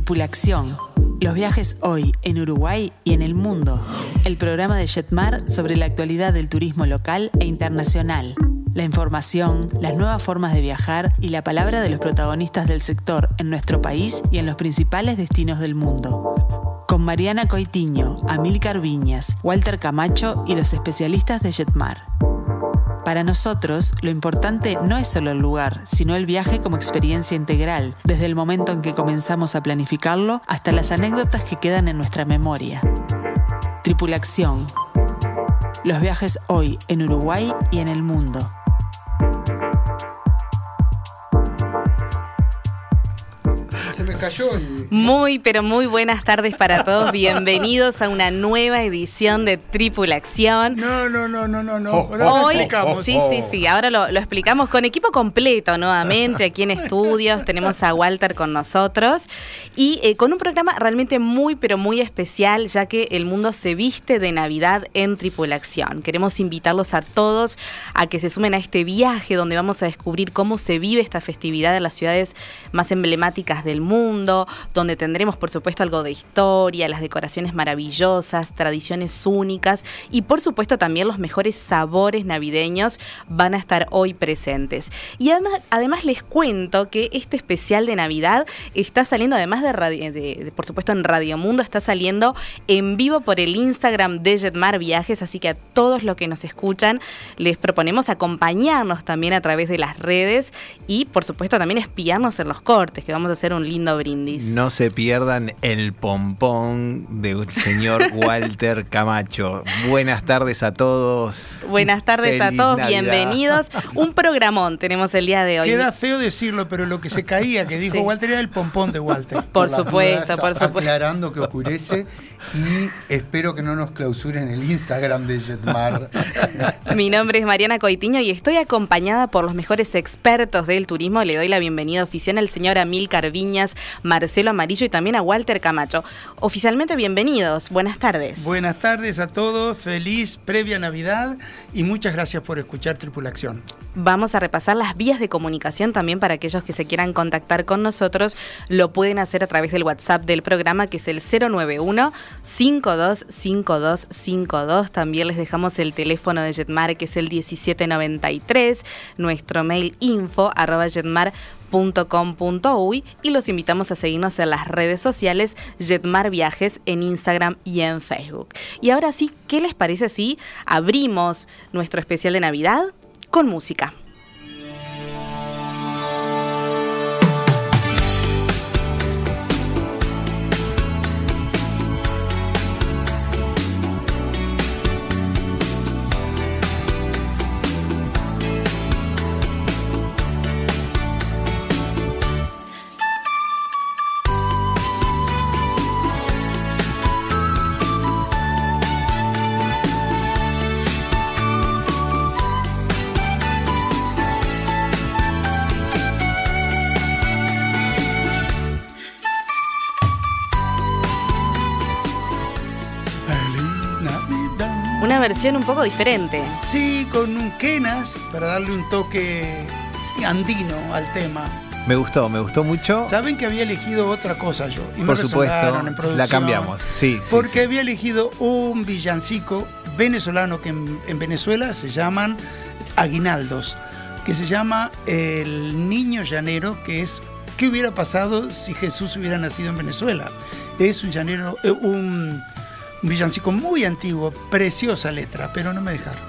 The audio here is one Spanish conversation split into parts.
Tripulación. Los viajes hoy en Uruguay y en el mundo. El programa de Jetmar sobre la actualidad del turismo local e internacional. La información, las nuevas formas de viajar y la palabra de los protagonistas del sector en nuestro país y en los principales destinos del mundo. Con Mariana Coitiño, Amílcar Viñas, Walter Camacho y los especialistas de Jetmar. Para nosotros, lo importante no es solo el lugar, sino el viaje como experiencia integral, desde el momento en que comenzamos a planificarlo hasta las anécdotas que quedan en nuestra memoria. Tripulación. Los viajes hoy en Uruguay y en el mundo. Se me cayó el... Muy, pero muy buenas tardes para todos. Bienvenidos a una nueva edición de Tripulación. No. Hoy, lo explicamos. Sí. Ahora lo explicamos con equipo completo nuevamente aquí en estudios. Tenemos a Walter con nosotros y con un programa realmente muy, pero muy especial, ya que el mundo se viste de Navidad en Tripulación. Queremos invitarlos a todos a que se sumen a este viaje donde vamos a descubrir cómo se vive esta festividad en las ciudades más emblemáticas del mundo, donde tendremos por supuesto algo de historia, las decoraciones maravillosas, tradiciones únicas y por supuesto también los mejores sabores navideños van a estar hoy presentes. Y además les cuento que este especial de Navidad está saliendo, además de por supuesto en Radio Mundo, está saliendo en vivo por el Instagram de Jetmar Viajes, así que a todos los que nos escuchan les proponemos acompañarnos también a través de las redes y por supuesto también espiarnos en los cortes, que vamos a hacer un lindo brindis. No se pierdan el pompón del señor Walter Camacho. Buenas tardes a todos. Buenas tardes a todos, Navidad. Bienvenidos. Un programón tenemos el día de hoy. Queda feo decirlo, pero lo que se caía, que dijo Walter, era el pompón de Walter. Por supuesto. Aclarando que oscurece y espero que no nos clausuren el Instagram de Jetmar. Mi nombre es Mariana Coitiño y estoy acompañada por los mejores expertos del turismo. Le doy la bienvenida oficial al señor Amílcar Viñas, Marcelo Amarillo y también a Walter Camacho. Oficialmente bienvenidos, buenas tardes. Buenas tardes a todos, feliz previa Navidad y muchas gracias por escuchar Tripulación. Vamos a repasar las vías de comunicación también para aquellos que se quieran contactar con nosotros. Lo pueden hacer a través del WhatsApp del programa, que es el 091-525252. También les dejamos el teléfono de Jetmar, que es el 1793. Nuestro mail info@jetmar.com.uy y los invitamos a seguirnos en las redes sociales Jetmar Viajes en Instagram y en Facebook. Y ahora sí, ¿qué les parece si abrimos nuestro especial de Navidad con música? Una versión un poco diferente. Sí, con un quenas para darle un toque andino al tema. Me gustó mucho. Saben que había elegido otra cosa yo. Y por supuesto, en producción, la cambiamos. Sí, porque había elegido un villancico venezolano que en Venezuela se llaman aguinaldos, que se llama El Niño Llanero, que es ¿qué hubiera pasado si Jesús hubiera nacido en Venezuela? Es un llanero, un villancico muy antiguo, preciosa letra, pero no me dejaron.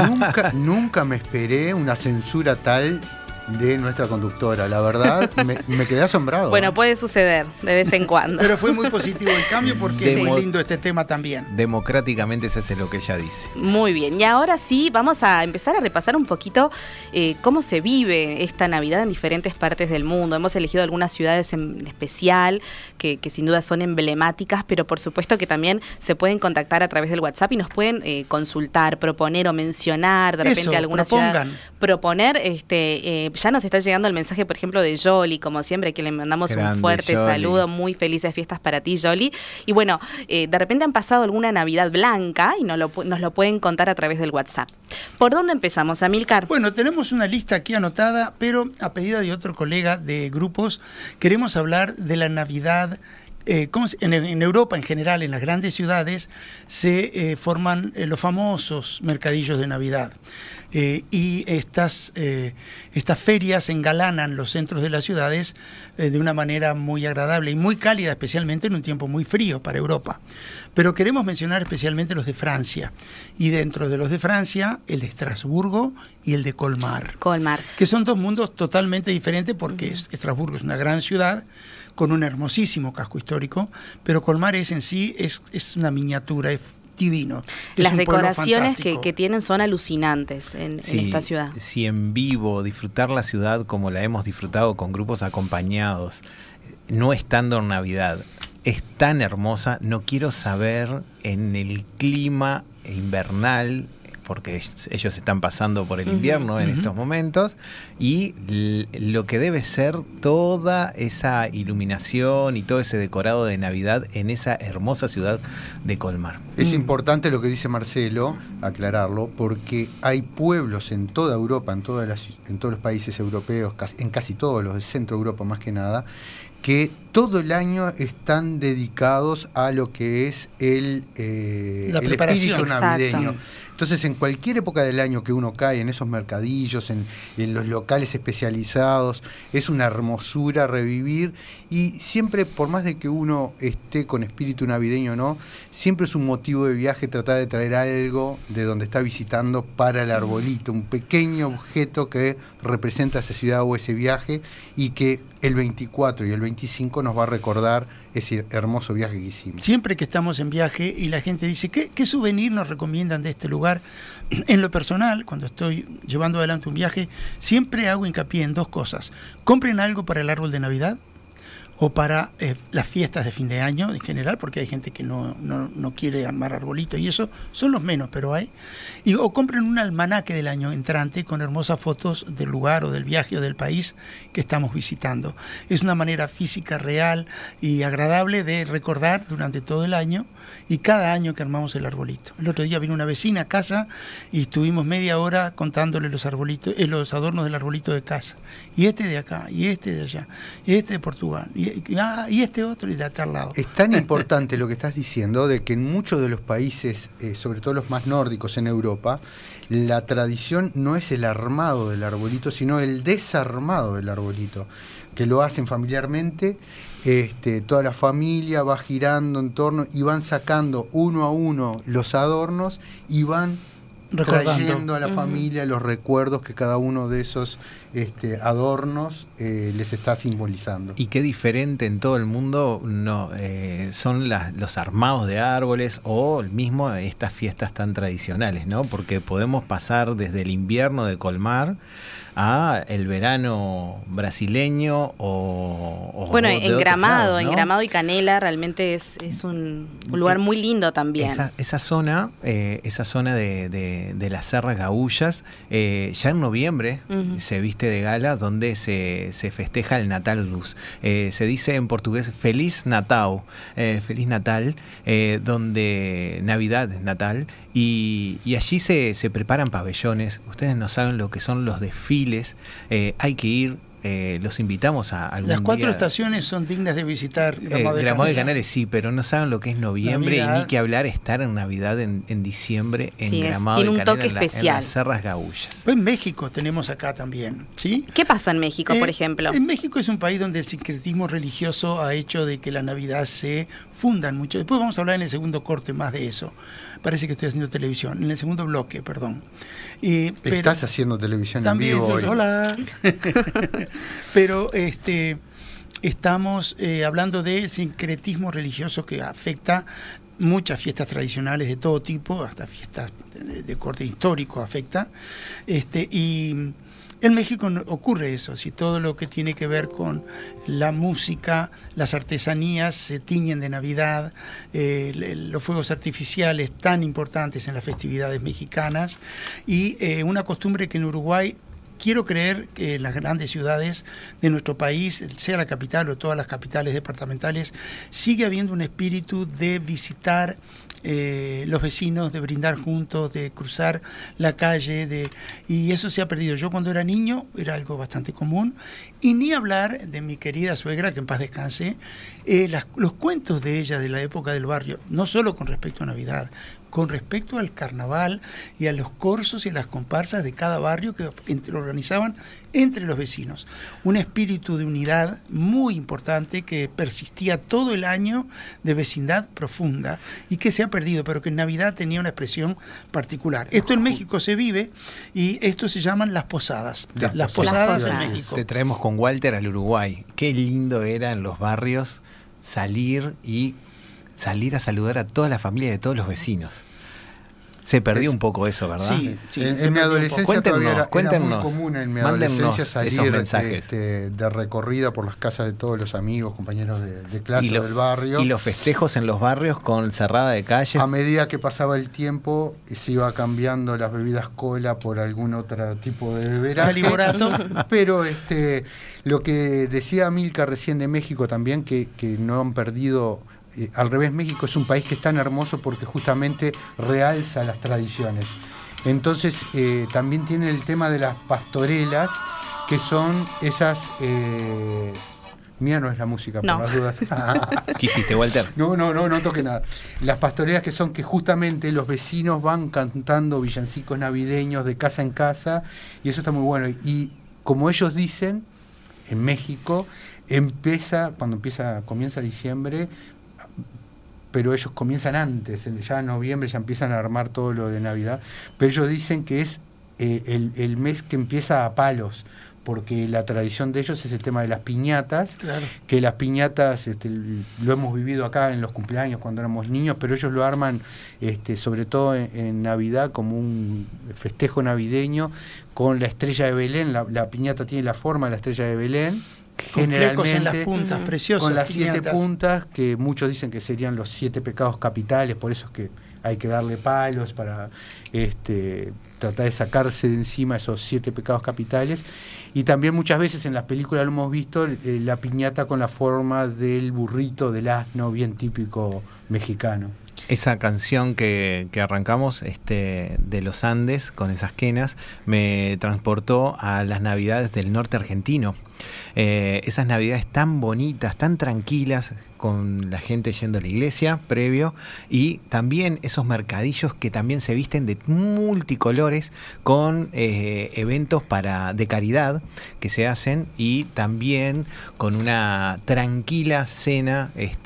Nunca me esperé una censura tal de nuestra conductora. La verdad, me quedé asombrado. Bueno, puede suceder de vez en cuando. Pero fue muy positivo el cambio porque es muy lindo este tema también. Democráticamente se hace lo que ella dice. Muy bien, y ahora sí vamos a empezar a repasar un poquito cómo se vive esta Navidad en diferentes partes del mundo. Hemos elegido algunas ciudades en especial que sin duda son emblemáticas, pero por supuesto que también se pueden contactar a través del WhatsApp y nos pueden consultar, proponer o mencionar de repente alguna ciudad. Proponer, ya nos está llegando el mensaje, por ejemplo, de Yoli, como siempre, que le mandamos un fuerte saludo, muy felices fiestas para ti, Yoli. Y bueno, de repente han pasado alguna Navidad blanca y nos lo pueden contar a través del WhatsApp. ¿Por dónde empezamos, Amílcar? Bueno, tenemos una lista aquí anotada, pero a pedida de otro colega de grupos, queremos hablar de la Navidad En Europa en general, en las grandes ciudades, se forman los famosos mercadillos de Navidad. Y estas ferias engalanan los centros de las ciudades de una manera muy agradable y muy cálida, especialmente en un tiempo muy frío para Europa. Pero queremos mencionar especialmente los de Francia. Y dentro de los de Francia, el de Estrasburgo y el de Colmar. Que son dos mundos totalmente diferentes porque Estrasburgo es una gran ciudad con un hermosísimo casco histórico, pero Colmar es en sí es una miniatura, es divino. Las decoraciones que tienen son alucinantes en esta ciudad. Si en vivo disfrutar la ciudad como la hemos disfrutado con grupos acompañados, no estando en Navidad, es tan hermosa, no quiero saber en el clima invernal, porque ellos están pasando por el invierno en estos momentos, y lo que debe ser toda esa iluminación y todo ese decorado de Navidad en esa hermosa ciudad de Colmar. Es importante lo que dice Marcelo, aclararlo, porque hay pueblos en toda Europa, en todos los países europeos, en casi todos los del centro de Europa más que nada, que todo el año están dedicados a lo que es el espíritu navideño. Exacto. Entonces, en cualquier época del año que uno cae en esos mercadillos, en los locales especializados, es una hermosura revivir, y siempre, por más de que uno esté con espíritu navideño o no, siempre es un motivo de viaje tratar de traer algo de donde está visitando para el arbolito, un pequeño objeto que representa esa ciudad o ese viaje, y que el 24 y el 25 nos va a recordar ese hermoso viaje que hicimos. Siempre que estamos en viaje y la gente dice, ¿qué souvenir nos recomiendan de este lugar? En lo personal, cuando estoy llevando adelante un viaje, siempre hago hincapié en dos cosas. Compren algo para el árbol de Navidad o para las fiestas de fin de año en general, porque hay gente que no quiere armar arbolitos, y eso son los menos, pero hay. O compren un almanaque del año entrante con hermosas fotos del lugar o del viaje o del país que estamos visitando. Es una manera física, real y agradable de recordar durante todo el año y cada año que armamos el arbolito. El otro día vino una vecina a casa y estuvimos media hora contándole los arbolitos, los adornos del arbolito de casa. Y este de acá, y este de allá, y este de Portugal, y este otro y de tal lado. Es tan importante lo que estás diciendo, de que en muchos de los países, sobre todo los más nórdicos en Europa, la tradición no es el armado del arbolito, sino el desarmado del arbolito, que lo hacen familiarmente. Toda la familia va girando en torno y van sacando uno a uno los adornos y van trayendo a la familia los recuerdos que cada uno de esos adornos les está simbolizando. Y qué diferente en todo el mundo son los armados de árboles o el mismo estas fiestas tan tradicionales, ¿no? Porque podemos pasar desde el invierno de Colmar a el verano brasileño o bueno, en Gramado, lados, ¿no? En Gramado y Canela realmente es un lugar muy lindo también. Esa zona de las Serras Gaúchas, ya en noviembre se viste de gala, donde se festeja el Natal Luz. Se dice en portugués Feliz Natal, Feliz Natal, donde Navidad, Natal, y allí se preparan pabellones. Ustedes no saben lo que son los desfiles, hay que ir. Los invitamos a algún Las 4 día. Estaciones son dignas de visitar. Gramado de Canales sí, pero no saben lo que es noviembre, Navidad. Y ni que hablar estar en Navidad en diciembre en Gramado de Canales, tiene un toque especial. En las Serras Gaúchas. Pues en México tenemos acá también, ¿sí? ¿Qué pasa en México, por ejemplo? En México es un país donde el sincretismo religioso ha hecho de que la Navidad se fundan mucho. Después vamos a hablar en el segundo corte más de eso. Parece que estoy haciendo televisión, en el segundo bloque, perdón. Estás haciendo televisión también, en vivo hoy. Hola. Pero estamos hablando del sincretismo religioso que afecta muchas fiestas tradicionales de todo tipo, hasta fiestas de corte histórico afecta. Y en México ocurre eso, si todo lo que tiene que ver con la música, las artesanías se tiñen de Navidad, los fuegos artificiales tan importantes en las festividades mexicanas, y una costumbre que en Uruguay quiero creer que en las grandes ciudades de nuestro país, sea la capital o todas las capitales departamentales, sigue habiendo un espíritu de visitar los vecinos, de brindar juntos, de cruzar la calle, y eso se ha perdido. Yo cuando era niño era algo bastante común, y ni hablar de mi querida suegra, que en paz descanse, los cuentos de ella de la época del barrio, no solo con respecto a Navidad, con respecto al carnaval y a los corsos y a las comparsas de cada barrio que organizaban entre los vecinos. Un espíritu de unidad muy importante que persistía todo el año, de vecindad profunda, y que se ha perdido, pero que en Navidad tenía una expresión particular. Esto en México se vive, y esto se llaman las posadas. Las posadas en México. Te traemos con Walter al Uruguay. Qué lindo era en los barrios salir a saludar a toda la familia de todos los vecinos. Se perdió un poco eso, ¿verdad? Sí, en mi adolescencia todavía era muy común en mi adolescencia salir de recorrida por las casas de todos los amigos, compañeros de clase del barrio. Y los festejos en los barrios con cerrada de calle. A medida que pasaba el tiempo, se iba cambiando las bebidas cola por algún otro tipo de beberaje. Pero lo que decía Milka recién de México también, que no han perdido... al revés, México es un país que es tan hermoso porque justamente realza las tradiciones. Entonces también tiene el tema de las pastorelas, que son esas... mía no es la música, por las dudas. ¿Qué hiciste, Walter? No toqué nada. Las pastorelas, que son que justamente los vecinos van cantando villancicos navideños de casa en casa, y eso está muy bueno. Y como ellos dicen, en México comienza diciembre, pero ellos comienzan antes, ya en noviembre ya empiezan a armar todo lo de Navidad, pero ellos dicen que es el mes que empieza a palos, porque la tradición de ellos es el tema de las piñatas, que las piñatas lo hemos vivido acá en los cumpleaños cuando éramos niños, pero ellos lo arman sobre todo en Navidad como un festejo navideño con la estrella de Belén. La piñata tiene la forma de la estrella de Belén, con flecos en las puntas, preciosas. Con las piñatas. 7 puntas, que muchos dicen que serían los 7 pecados capitales, por eso es que hay que darle palos para tratar de sacarse de encima esos 7 pecados capitales. Y también muchas veces en las películas lo hemos visto, la piñata con la forma del burrito, del asno, bien típico mexicano. Esa canción que arrancamos de los Andes, con esas quenas, me transportó a las Navidades del norte argentino. Esas Navidades tan bonitas, tan tranquilas, con la gente yendo a la iglesia previo, y también esos mercadillos que también se visten de multicolores, con eventos de caridad que se hacen, y también con una tranquila cena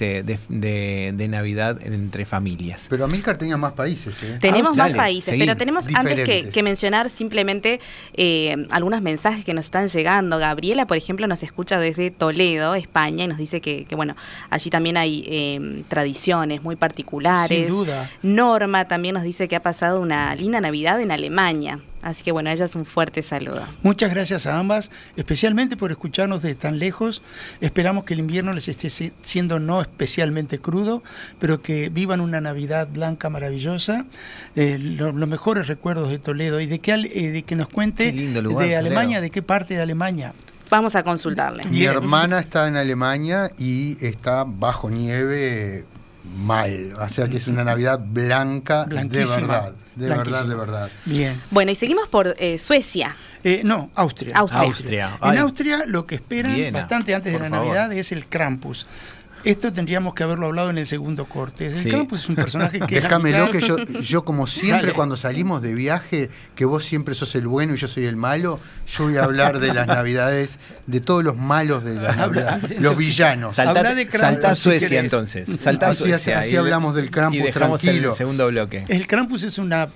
de Navidad entre familias. Pero Amílcar tenía más países. Tenemos más países, pero tenemos diferentes. Antes que mencionar simplemente algunos mensajes que nos están llegando. Gabriela, por ejemplo, nos escucha desde Toledo, España, y nos dice que bueno, allí también hay tradiciones muy particulares. Sin duda. Norma también nos dice que ha pasado una linda Navidad en Alemania. Así que bueno, a ella es un fuerte saludo. Muchas gracias a ambas, especialmente por escucharnos de tan lejos. Esperamos que el invierno les esté siendo no especialmente crudo, pero que vivan una Navidad blanca maravillosa. Los mejores recuerdos de Toledo, y de que nos cuente lugar, de Alemania, Toledo. ¿De qué parte de Alemania? Vamos a consultarle. Mi hermana está en Alemania y está bajo nieve mal, o sea que es una Navidad blanca, blanquísima, de verdad. Bien. Bueno, y seguimos por Suecia. No, Austria. En Austria lo que esperan bastante antes de la Navidad es el Krampus. Esto tendríamos que haberlo hablado en el segundo corte. El Krampus es un personaje que... Déjamelo, que yo como siempre cuando salimos de viaje, que vos siempre sos el bueno y yo soy el malo, yo voy a hablar de las Navidades, de todos los malos de las Navidades, los villanos. Saltá a Suecia entonces. Saltá a Suecia. Así hablamos del Krampus, y dejamos tranquilo. El segundo bloque. El Krampus es una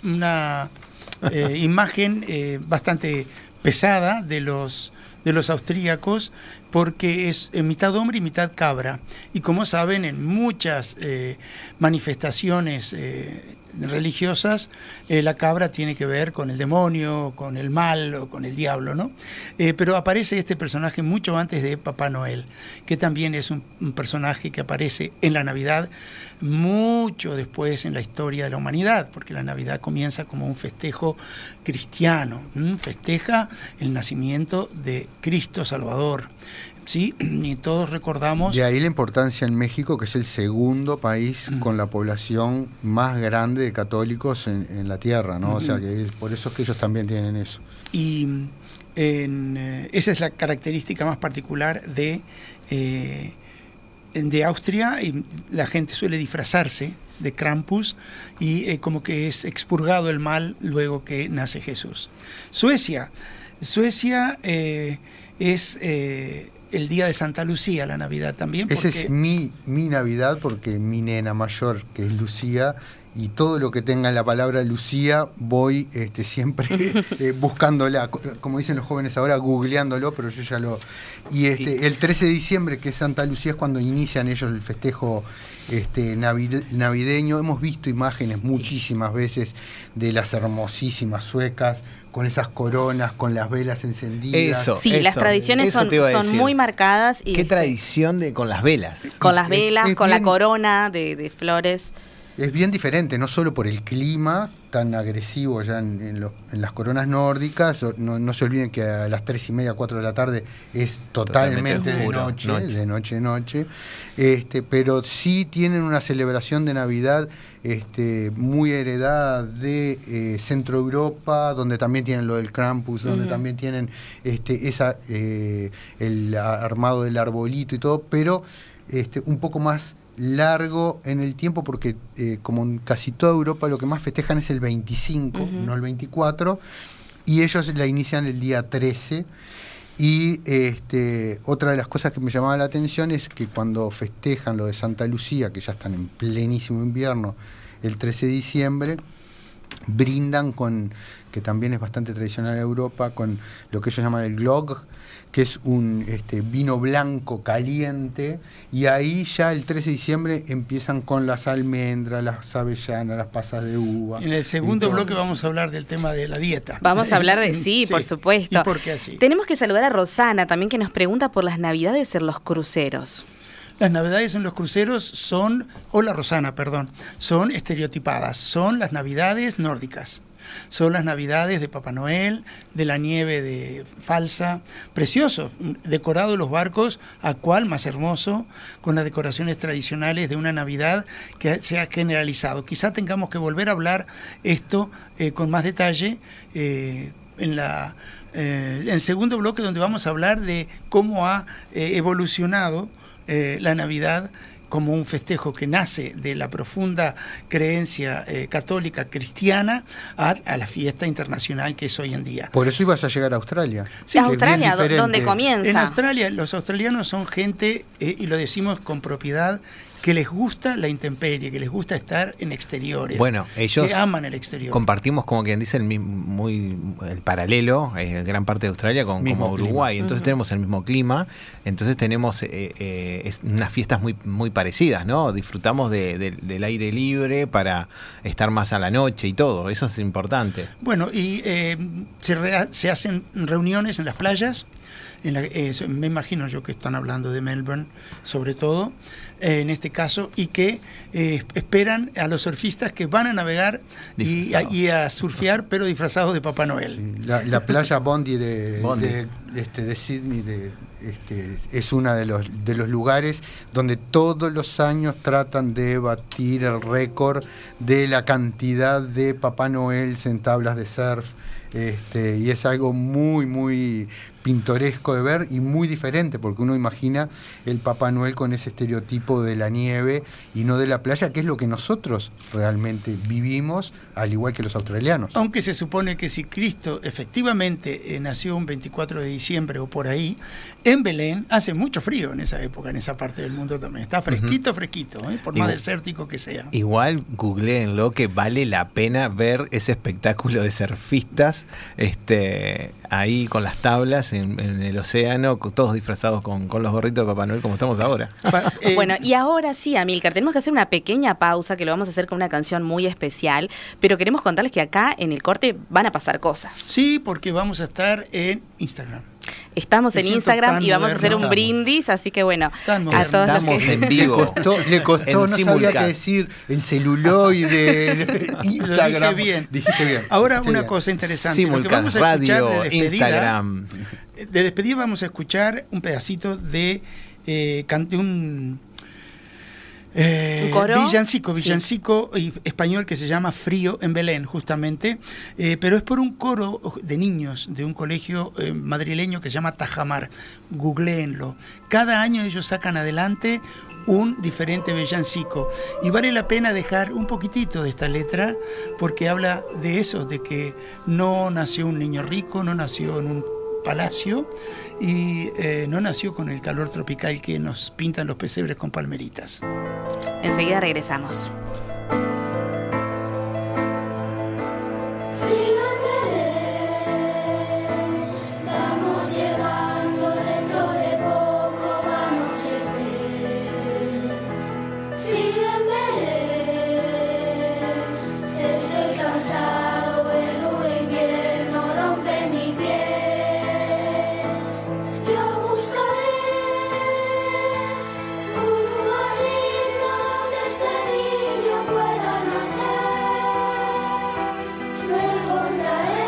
imagen bastante pesada de los austríacos, porque es mitad hombre y mitad cabra. Y como saben, en muchas manifestaciones religiosas, la cabra tiene que ver con el demonio, con el mal o con el diablo, ¿no? Pero aparece este personaje mucho antes de Papá Noel, que también es un personaje que aparece en la Navidad mucho después en la historia de la humanidad, porque la Navidad comienza como un festejo cristiano, festeja el nacimiento de Cristo Salvador. Sí, y todos recordamos... De ahí la importancia en México, que es el segundo país con la población más grande de católicos en la tierra, ¿no? O sea, que por eso es que ellos también tienen eso. Y esa es la característica más particular de Austria, y la gente suele disfrazarse de Krampus y como que es expurgado el mal luego que nace Jesús. Suecia es... el día de Santa Lucía, la Navidad también. Esa es mi Navidad, porque mi nena mayor, que es Lucía, y todo lo que tenga la palabra Lucía, voy siempre buscándola, como dicen los jóvenes ahora, googleándolo, pero yo ya lo... Y el 13 de diciembre, que es Santa Lucía, es cuando inician ellos el festejo navideño. Hemos visto imágenes muchísimas veces de las hermosísimas suecas, con esas coronas, con las velas encendidas. Las tradiciones son muy marcadas. Y ¿qué tradición con las velas? Con las velas, con la corona de flores. Es bien diferente, no solo por el clima tan agresivo ya en las coronas nórdicas. No se olviden que a las 3:30, 4 de la tarde es totalmente de noche. Pero sí tienen una celebración de Navidad muy heredada de Centro Europa, donde también tienen lo del Krampus, donde también tienen el armado del arbolito y todo, pero un poco más largo en el tiempo, porque como en casi toda Europa lo que más festejan es el 25, no el 24, y ellos la inician el día 13. Y otra de las cosas que me llamaba la atención es que cuando festejan lo de Santa Lucía, que ya están en plenísimo invierno, el 13 de diciembre, brindan con, que también es bastante tradicional en Europa, con lo que ellos llaman el glögg, que es un vino blanco caliente, y ahí ya el 13 de diciembre empiezan con las almendras, las avellanas, las pasas de uva. En el segundo bloque vamos a hablar del tema de la dieta. Vamos a hablar de sí, por supuesto. ¿Y por qué así? Tenemos que saludar a Rosana también, que nos pregunta por las Navidades en los cruceros. Las Navidades en los cruceros son, hola Rosana, perdón, son estereotipadas, son las Navidades nórdicas. Son las Navidades de Papá Noel, de la nieve falsa, precioso, decorado los barcos, a cual más hermoso, con las decoraciones tradicionales de una Navidad que se ha generalizado. Quizá tengamos que volver a hablar esto con más detalle en el segundo bloque, donde vamos a hablar de cómo ha evolucionado la Navidad como un festejo que nace de la profunda creencia católica cristiana a la fiesta internacional que es hoy en día. Por eso ibas a llegar a Australia. Sí, Australia, donde comienza. En Australia, los australianos son gente, y lo decimos con propiedad, que les gusta la intemperie, que les gusta estar en exteriores. Bueno, ellos que aman el exterior. Compartimos, como quien dice, el paralelo, gran parte de Australia con como Uruguay. Clima. Entonces tenemos el mismo clima, entonces tenemos unas fiestas muy parecidas, ¿no? Disfrutamos del aire libre para estar más a la noche y todo, eso es importante. Bueno, y se hacen reuniones en las playas. Me imagino yo que están hablando de Melbourne, sobre todo, en este caso, y que esperan a los surfistas que van a navegar y a surfear, pero disfrazados de Papá Noel. Sí, la playa Bondi de Sydney es uno de los lugares donde todos los años tratan de batir el récord de la cantidad de Papá Noel en tablas de surf. Y es algo muy pintoresco de ver y muy diferente, porque uno imagina el Papá Noel con ese estereotipo de la nieve y no de la playa, que es lo que nosotros realmente vivimos, al igual que los australianos. Aunque se supone que si Cristo efectivamente nació un 24 de diciembre o por ahí, en Belén hace mucho frío en esa época, en esa parte del mundo también. Está fresquito, por más desértico que sea. Igual googleenlo, que vale la pena ver ese espectáculo de surfistas ahí con las tablas en el océano, todos disfrazados con los gorritos de Papá Noel como estamos ahora. Bueno, y ahora sí, Amílcar, tenemos que hacer una pequeña pausa, que lo vamos a hacer con una canción muy especial, pero queremos contarles que acá en el corte van a pasar cosas. Sí, porque vamos a estar en Instagram. Estamos Me en siento Instagram tan y vamos a hacer un moderno. brindis, así que bueno, Tan a moderno. todos los Estamos que... en vivo. Le costó, En no sabía simulcast. qué decir, el celuloide, Instagram. Bien. Dijiste bien. Ahora dijiste una bien. cosa interesante. Lo que Simulcast, vamos a escuchar radio, de despedida, Instagram. de despedida vamos a escuchar un pedacito de un coro. villancico español que se llama Frío en Belén, justamente, pero es por un coro de niños de un colegio madrileño que se llama Tajamar. Googleenlo. Cada año ellos sacan adelante un diferente villancico y vale la pena dejar un poquitito de esta letra porque habla de eso, de que no nació un niño rico, no nació en un palacio y no nació con el calor tropical que nos pintan los pesebres con palmeritas. Enseguida regresamos. Vamos llegando, dentro de poco va a anochecer. Frío en Belén, estoy cansado, el duro invierno rompe mi piel. Yo buscaré un lugar lindo donde este niño pueda nacer. Lo encontraré.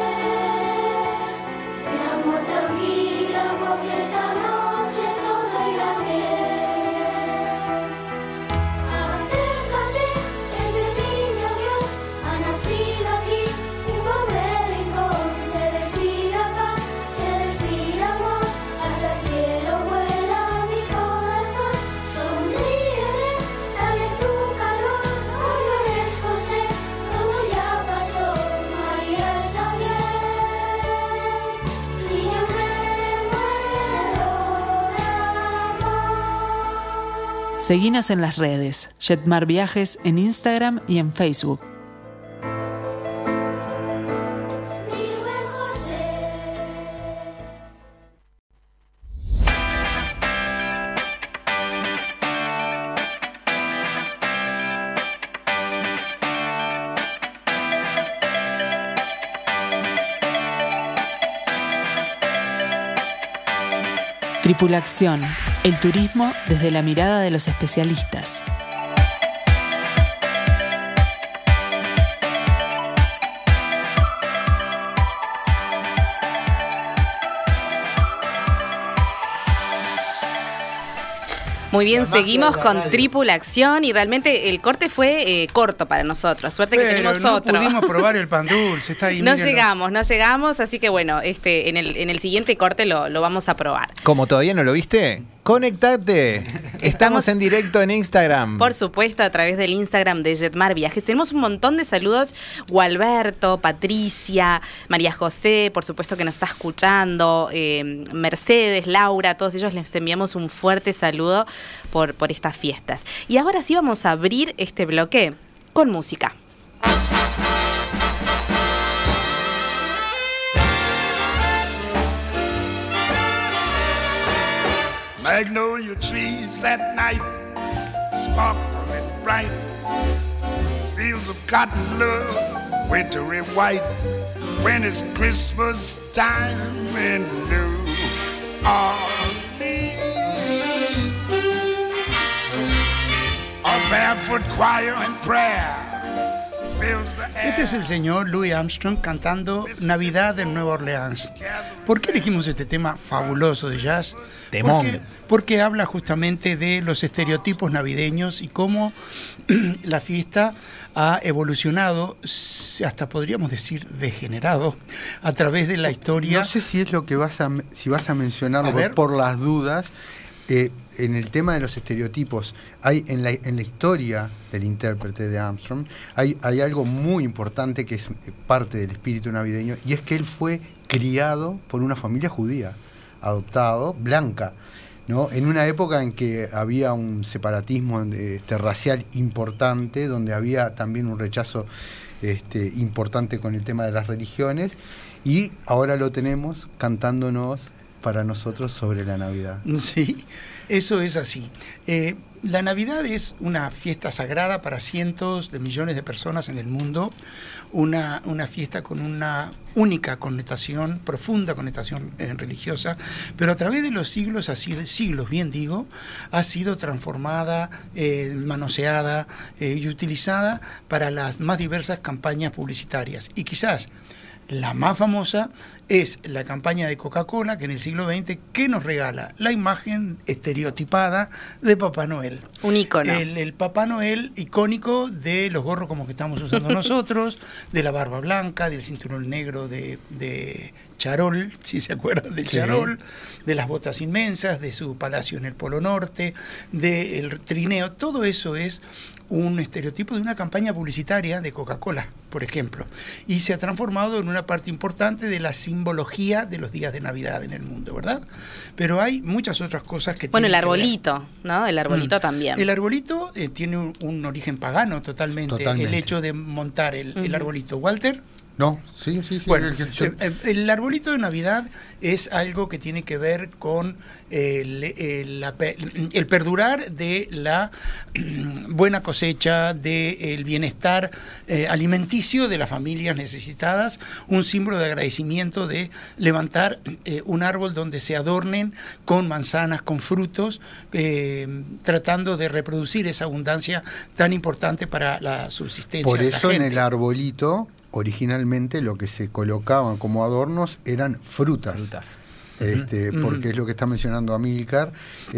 Mi amor, tranquila, porque esta noche todo irá bien. Acércate, ese niño Dios ha nacido aquí, un pobre rincón. Se respira paz, se respira amor, hasta el cielo vuela mi corazón. Sonríele, dale tu calor, no llores, José, todo ya pasó, María está bien. Niño, me muero de amor. Seguinos en las redes, Jetmar Viajes en Instagram y en Facebook. Mi buen José. Tripulación, el turismo desde la mirada de los especialistas. Muy bien, La magia seguimos de la con radio. Tripulación y realmente el corte fue corto para nosotros. Suerte que Pero tenemos no otro. pudimos probar el pan dulce, está ahí. No mírenlo. llegamos, así que bueno, en el siguiente corte lo vamos a probar. Como todavía no lo viste, conectate. Estamos en directo en Instagram. Por supuesto, a través del Instagram de Jetmar Viajes. Tenemos un montón de saludos. Gualberto, Patricia, María José, por supuesto que nos está escuchando, Mercedes, Laura, a todos ellos les enviamos un fuerte saludo por estas fiestas. Y ahora sí vamos a abrir este bloque con música. Magnolia trees at night sparkle and bright. Fields of cotton love, wintry white. When it's Christmas time in New Orleans, a barefoot choir and prayer fills the air. Este es el señor Louis Armstrong cantando Navidad en Nueva Orleans. ¿Por qué elegimos este tema fabuloso de jazz? Temón. Porque habla justamente de los estereotipos navideños y cómo la fiesta ha evolucionado, hasta podríamos decir degenerado, a través de la historia. No sé si es lo que vas a mencionarlo A ver. por las dudas. En el tema de los estereotipos, hay en la historia del intérprete de Armstrong, hay algo muy importante que es parte del espíritu navideño, y es que él fue criado por una familia judía, adoptado, blanca, ¿no? En una época en que había un separatismo racial importante, donde había también un rechazo importante con el tema de las religiones, Y ahora lo tenemos cantándonos para nosotros sobre la Navidad. Sí, eso es así. La Navidad es una fiesta sagrada para cientos de millones de personas en el mundo, una fiesta con una única connotación, profunda connotación religiosa, pero a través de los siglos, así de siglos bien digo, ha sido transformada, manoseada y utilizada para las más diversas campañas publicitarias. Y quizás la más famosa es la campaña de Coca-Cola, que en el siglo XX, ¿qué nos regala? La imagen estereotipada de Papá Noel. Un ícono. El Papá Noel icónico de los gorros como que estamos usando nosotros, de la barba blanca, del cinturón negro de Charol, si se acuerdan del Sí. Charol, de las botas inmensas, de su palacio en el Polo Norte, del trineo. Todo eso es un estereotipo de una campaña publicitaria de Coca-Cola, por ejemplo, y se ha transformado en una parte importante de la simbología de los días de Navidad en el mundo, ¿verdad? Pero hay muchas otras cosas que Bueno, el tienen que ver. arbolito, ¿no? El arbolito también. El arbolito tiene un origen pagano totalmente. Totalmente. El hecho de montar el arbolito. Walter. No, sí. Bueno, Yo- el arbolito de Navidad es algo que tiene que ver con el perdurar de la buena cosecha, del bienestar alimenticio de las familias necesitadas, un símbolo de agradecimiento de levantar un árbol donde se adornen con manzanas, con frutos, tratando de reproducir esa abundancia tan importante para la subsistencia Por de la eso en gente. el arbolito, originalmente lo que se colocaban como adornos eran frutas. Porque es lo que está mencionando Amílcar.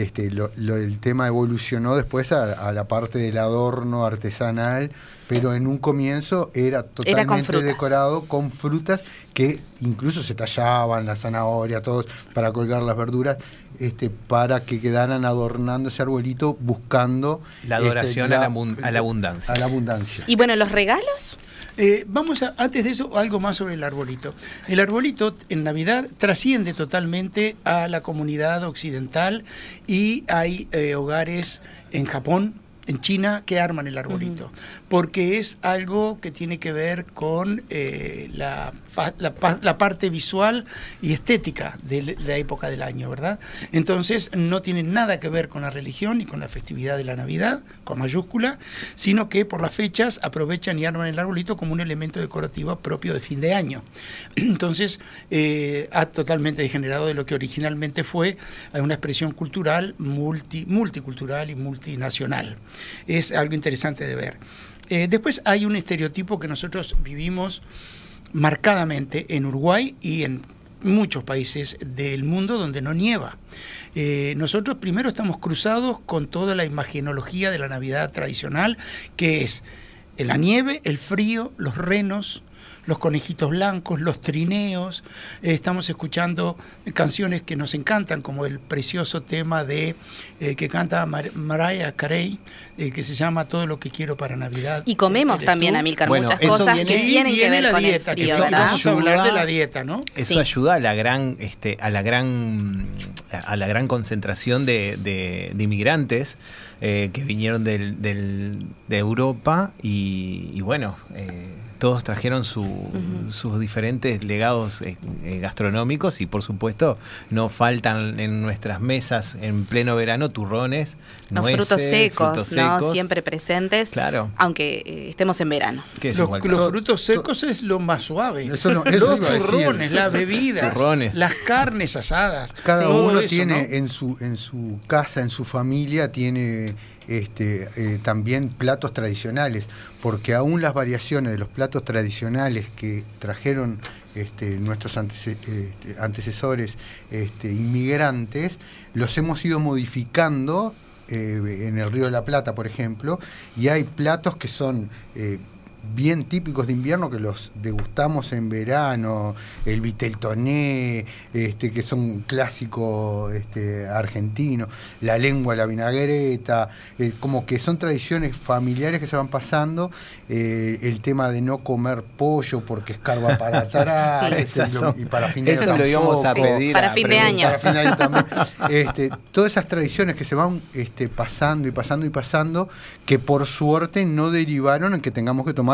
El tema evolucionó después a la parte del adorno artesanal, pero en un comienzo era con totalmente frutas. decorado con frutas que incluso se tallaban, la zanahoria, todos para colgar las verduras, para que quedaran adornando ese arbolito buscando La adoración a la abundancia. A la abundancia. Y bueno, ¿los regalos? Antes de eso, algo más sobre el arbolito. El arbolito en Navidad trasciende totalmente a la comunidad occidental y hay hogares en Japón, en China, que arman el arbolito, porque es algo que tiene que ver con la parte visual y estética de la época del año, ¿verdad? Entonces no tiene nada que ver con la religión ni con la festividad de la Navidad, con mayúscula, sino que por las fechas aprovechan y arman el arbolito como un elemento decorativo propio de fin de año. Entonces ha totalmente degenerado de lo que originalmente fue una expresión cultural multicultural y multinacional. Es algo interesante de ver. Después hay un estereotipo que nosotros vivimos marcadamente en Uruguay y en muchos países del mundo donde no nieva. Nosotros primero estamos cruzados con toda la imagenología de la Navidad tradicional, que es la nieve, el frío, los renos, los conejitos blancos, los trineos. Estamos escuchando canciones que nos encantan, como el precioso tema de que canta Mariah Carey, que se llama Todo lo que quiero para Navidad. Y comemos ¿Eres también, tú? Amílcar, Bueno, muchas eso cosas viene- que tienen que ver la con dieta, el que frío, eso ¿verdad? vamos a hablar de Ayuda. la dieta, ¿no? Eso Sí. ayuda a la gran concentración de inmigrantes que vinieron de Europa y bueno, todos trajeron sus diferentes legados gastronómicos y por supuesto no faltan en nuestras mesas en pleno verano turrones, Los nueces, frutos secos, frutos ¿no? secos. Siempre presentes, Claro. aunque estemos en verano. Que es Los igual que- frutos secos es lo más suave. Eso los iba a decir. turrones, las bebidas, Turrones. las carnes asadas. Cada todo uno eso, tiene ¿no? en su casa, en su familia, tiene también platos tradicionales, porque aún las variaciones de los platos tradicionales que trajeron nuestros antecesores inmigrantes, los hemos ido modificando en el Río de la Plata, por ejemplo, y hay platos que son bien típicos de invierno que los degustamos en verano, el vitel toné, que son un clásico argentino, la lengua a la vinagreta, como que son tradiciones familiares que se van pasando, el tema de no comer pollo porque escarba para atrás, Sí. Esas y para fin de año eso lo íbamos a tampoco. pedir. Para fin de año. Para fin de año también. Todas esas tradiciones que se van pasando y pasando y pasando, que por suerte no derivaron en que tengamos que tomar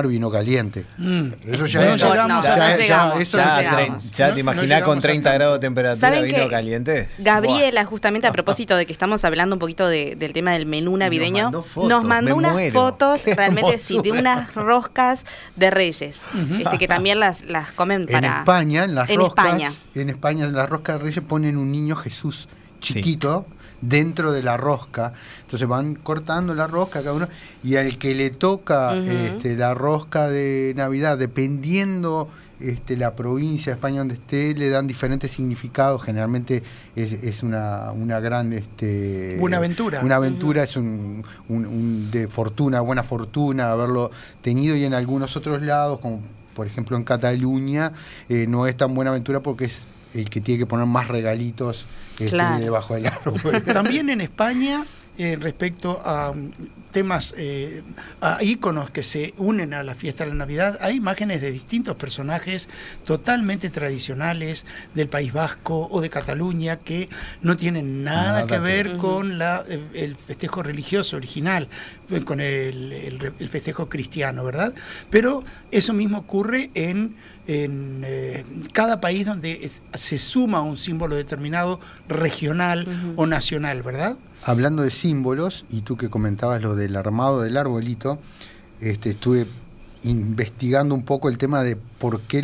tomar vino caliente. Eso ya No es. llegamos a- no llegamos, eso no es- llegamos. Ya No te imaginás llegamos con 30 al grados de temperatura ¿Saben vino que caliente. Gabriela, justamente a propósito de que estamos hablando un poquito del tema del menú navideño, mandó fotos, nos mandó me unas muero. fotos Qué realmente sí, de hermosura. unas roscas de Reyes, que también las comen En para... España, en las en roscas, España. en España, en las roscas de Reyes ponen un niño Jesús chiquito dentro de la rosca. Entonces van cortando la rosca cada uno y al que le toca la rosca de Navidad, dependiendo la provincia de España donde esté, le dan diferentes significados. Generalmente es una gran Una aventura. Una aventura, es de fortuna, buena fortuna haberlo tenido, y en algunos otros lados, como por ejemplo en Cataluña, no es tan buena aventura porque es el que tiene que poner más regalitos Claro. debajo del árbol. También en España, respecto a temas, a íconos que se unen a la fiesta de la Navidad, hay imágenes de distintos personajes totalmente tradicionales del País Vasco o de Cataluña que no tienen nada que ver con el festejo religioso original, con el festejo cristiano, ¿verdad? Pero eso mismo ocurre en cada país donde se suma un símbolo determinado regional o nacional, ¿verdad? Hablando de símbolos, y tú que comentabas lo del armado del arbolito, estuve investigando un poco el tema de por qué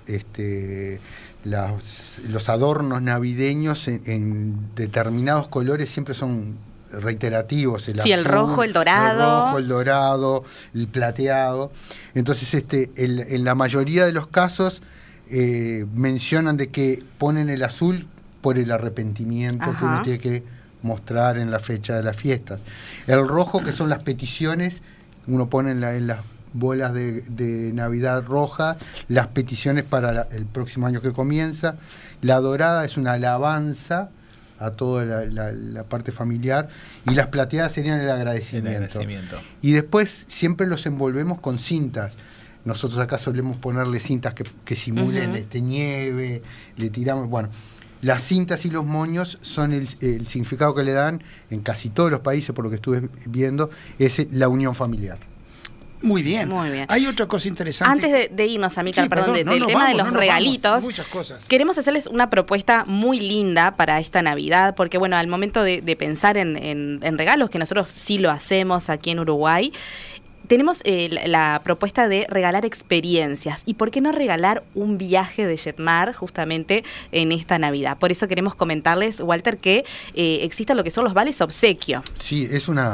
los adornos navideños en determinados colores siempre son reiterativos. El Sí, el azul, rojo, el dorado. el rojo, el dorado, el plateado. Entonces, en la mayoría de los casos mencionan de que ponen el azul por el arrepentimiento que uno tiene que mostrar en la fecha de las fiestas. El rojo, que son las peticiones, uno pone en las bolas de Navidad roja las peticiones para el próximo año que comienza. La dorada es una alabanza a toda la parte familiar, y las plateadas serían el agradecimiento. Y después siempre los envolvemos con cintas. Nosotros acá solemos ponerle cintas que simulen nieve, le tiramos, bueno, las cintas y los moños son el significado que le dan en casi todos los países, por lo que estuve viendo, es la unión familiar. Muy bien. Muy bien. Hay otra cosa interesante. Antes de irnos, Amílcar, Sí, perdón, perdón, del tema de los regalitos, muchas cosas. queremos hacerles una propuesta muy linda para esta Navidad, porque bueno, al momento de pensar en regalos, que nosotros sí lo hacemos aquí en Uruguay, tenemos la propuesta de regalar experiencias. ¿Y por qué no regalar un viaje de Jetmar justamente en esta Navidad? Por eso queremos comentarles, Walter, que exista lo que son los vales obsequio. Sí,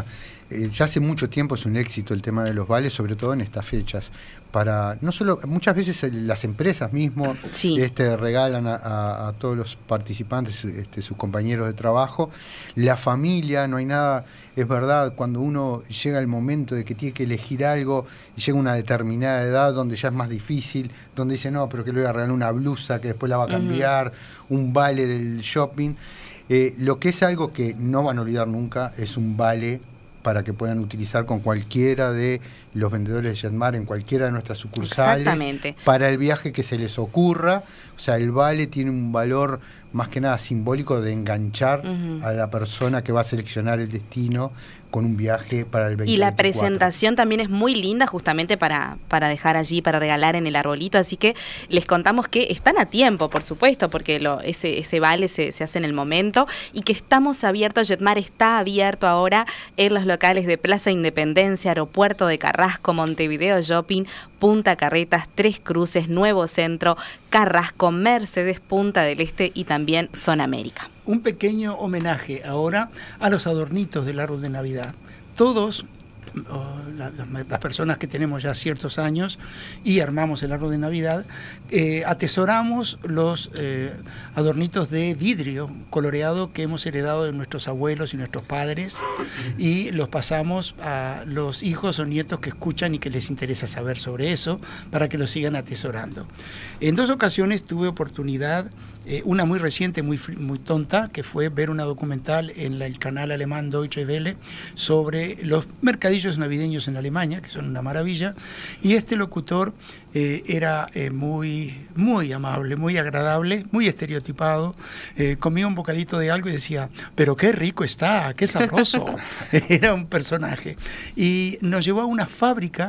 ya hace mucho tiempo es un éxito el tema de los vales, sobre todo en estas fechas. No solo, muchas veces las empresas mismas regalan a todos los participantes, sus compañeros de trabajo, la familia, no hay nada, es verdad, cuando uno llega el momento de que tiene que elegir algo y llega a una determinada edad donde ya es más difícil, donde dice, no, pero que le voy a regalar una blusa que después la va a cambiar, un vale del shopping. Lo que es algo que no van a olvidar nunca es un vale para que puedan utilizar con cualquiera de los vendedores de Jetmar en cualquiera de nuestras sucursales. Exactamente. Para el viaje que se les ocurra. O sea, el vale tiene un valor más que nada simbólico de enganchar a la persona que va a seleccionar el destino con un viaje para el 2024. Y la presentación también es muy linda justamente para dejar allí, para regalar en el arbolito, así que les contamos que están a tiempo, por supuesto, porque ese vale se hace en el momento, y que estamos abiertos, Jetmar está abierto ahora en los locales de Plaza Independencia, Aeropuerto de Carrasco, Montevideo Shopping, Punta Carretas, Tres Cruces, Nuevo Centro, Carrasco, Mercedes, Punta del Este y también Zona América. Un pequeño homenaje ahora a los adornitos del árbol de Navidad. Todos, las personas que tenemos ya ciertos años y armamos el árbol de Navidad, atesoramos los adornitos de vidrio coloreado que hemos heredado de nuestros abuelos y nuestros padres, y los pasamos a los hijos o nietos que escuchan y que les interesa saber sobre eso, para que lo sigan atesorando. En 2 ocasiones tuve oportunidad, una muy reciente, muy tonta, que fue ver una documental en el canal alemán Deutsche Welle sobre los mercadillos navideños en Alemania, que son una maravilla, y este locutor era muy amable, muy agradable, muy estereotipado, comía un bocadito de algo y decía, pero qué rico está, qué sabroso. Era un personaje. Y nos llevó a una fábrica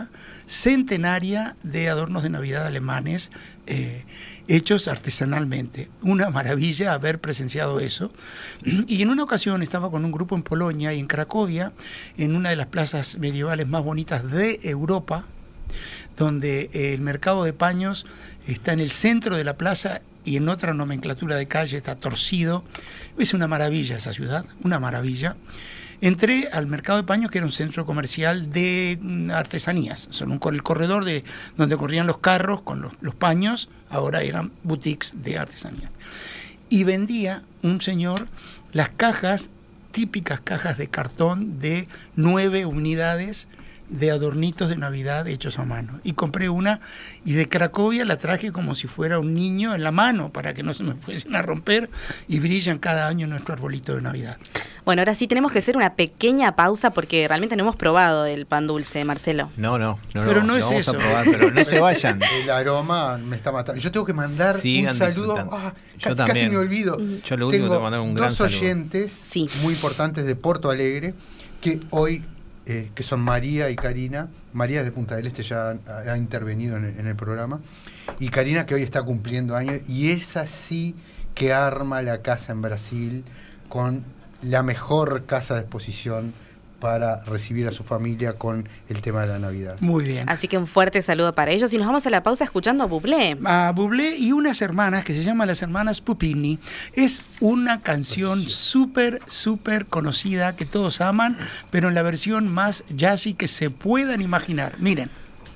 centenaria de adornos de Navidad alemanes hechos artesanalmente. Una maravilla haber presenciado eso. Y en una ocasión estaba con un grupo en Polonia y en Cracovia, en una de las plazas medievales más bonitas de Europa, donde el mercado de paños está en el centro de la plaza y en otra nomenclatura de calle está torcido. Es una maravilla esa ciudad, una maravilla. Entré al mercado de paños, que era un centro comercial de artesanías. Son el corredor de donde corrían los carros con los paños, ahora eran boutiques de artesanía. Y vendía un señor las cajas, típicas cajas de cartón de 9 unidades de adornitos de Navidad hechos a mano. Y compré una y de Cracovia la traje como si fuera un niño en la mano para que no se me fuesen a romper, y brillan cada año nuestro arbolito de Navidad. Bueno, ahora sí tenemos que hacer una pequeña pausa porque realmente no hemos probado el pan dulce, Marcelo. No. Pero no es vamos eso. a probar, pero no se vayan. El aroma me está matando. Yo tengo que mandar Sigan un saludo. disfrutando. Yo Casi también. me olvido. Yo lo único tengo que mandar un gran dos saludo. oyentes Sí. muy importantes de Porto Alegre que hoy, que son María y Karina. María es de Punta del Este, ya ha intervenido en el programa. Y Karina, que hoy está cumpliendo años. Y es así que arma la casa en Brasil con la mejor casa de exposición para recibir a su familia con el tema de la Navidad. Muy bien. Así que un fuerte saludo para ellos y nos vamos a la pausa escuchando a Bublé. A Bublé y unas hermanas que se llaman las hermanas Puppini. Es una canción súper conocida que todos aman, pero en la versión más jazzy que se puedan imaginar. Miren.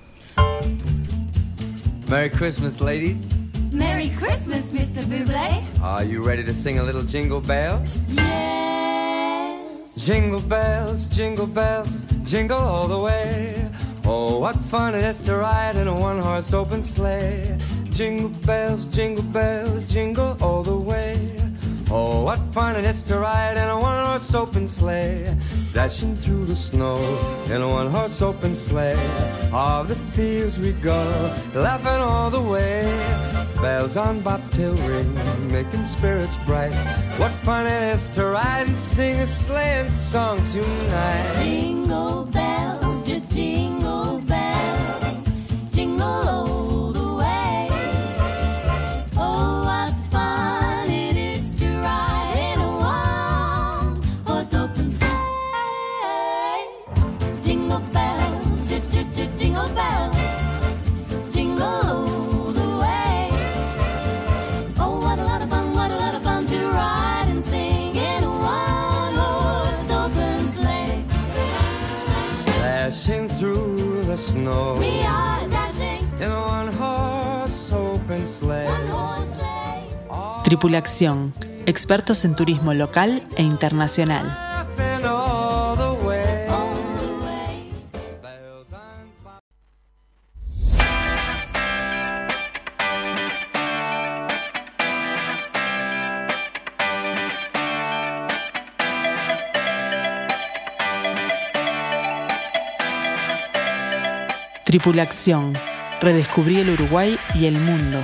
Merry Christmas, ladies. Merry Christmas, Mr. Bublé. Are you ready to sing a little jingle bells? Yes. Jingle bells, jingle all the way. Oh, what fun it is to ride in a one-horse open sleigh. Jingle bells, jingle all the way. Oh, what fun it is to ride in a one-horse open sleigh. Dashing through the snow in a one-horse open sleigh. Of the fields we go, laughing all the way. Bells on bobtail ring, making spirits bright. What fun it is to ride and sing a sleighing song tonight. Jingle bells, just jingle bells, jingle all the way. Oh, what fun it is to ride in a one-horse open sleigh. Jingle bells, just jingle bells, jingle all the way. Oh, what a lot of fun to ride and sing in a one-horse open sleigh. Dashing through the snow We are dashing in a one-horse open sleigh. one-horse sleigh. Tripulación, expertos en turismo local e internacional. Laughing all the way. All the way. Bells on bob- Tripulación, redescubrí el Uruguay y el mundo.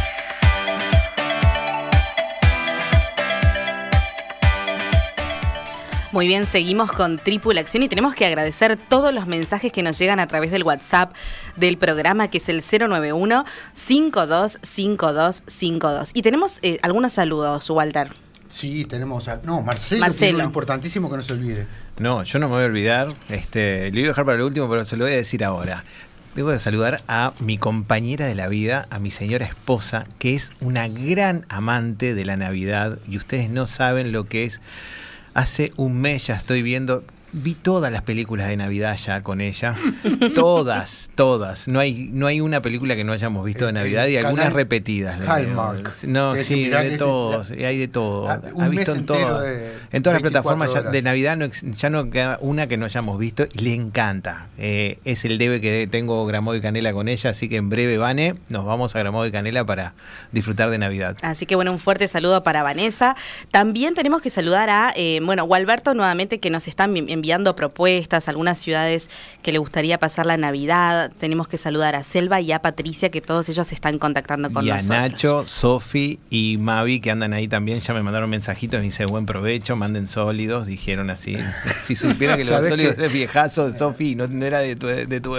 Muy bien, seguimos con Tripulación y tenemos que agradecer todos los mensajes que nos llegan a través del WhatsApp del programa, que es el 091-525252. Y tenemos algunos saludos, Walter. Sí, tenemos Marcelo tiene uno importantísimo que no se olvide. No, yo no me voy a olvidar. Lo iba a dejar para el último, pero se lo voy a decir ahora. Debo de saludar a mi compañera de la vida, a mi señora esposa, que es una gran amante de la Navidad. Y ustedes no saben lo que es. Hace un mes ya estoy vi todas las películas de Navidad ya con ella. Todas. No hay una película que no hayamos visto de Navidad y algunas repetidas. Hallmark. No, sí, de todos. Hay de todo. Ha visto en todas las plataformas de Navidad, ya no queda una que no hayamos visto. Y le encanta. Es el debe que tengo Gramado y Canela con ella, así que en breve, Vane, nos vamos a Gramado y Canela para disfrutar de Navidad. Así que bueno, un fuerte saludo para Vanessa. También tenemos que saludar a, Gualberto nuevamente, que nos están enviando propuestas, algunas ciudades que le gustaría pasar la Navidad. Tenemos que saludar a Selva y a Patricia, que todos ellos se están contactando con nosotros. Y a Nacho, Sofi y Mavi, que andan ahí también, ya me mandaron mensajitos, me dice buen provecho, manden sólidos, dijeron así. Si supiera que los sólidos es viejazo de Sofi, no era de tu época.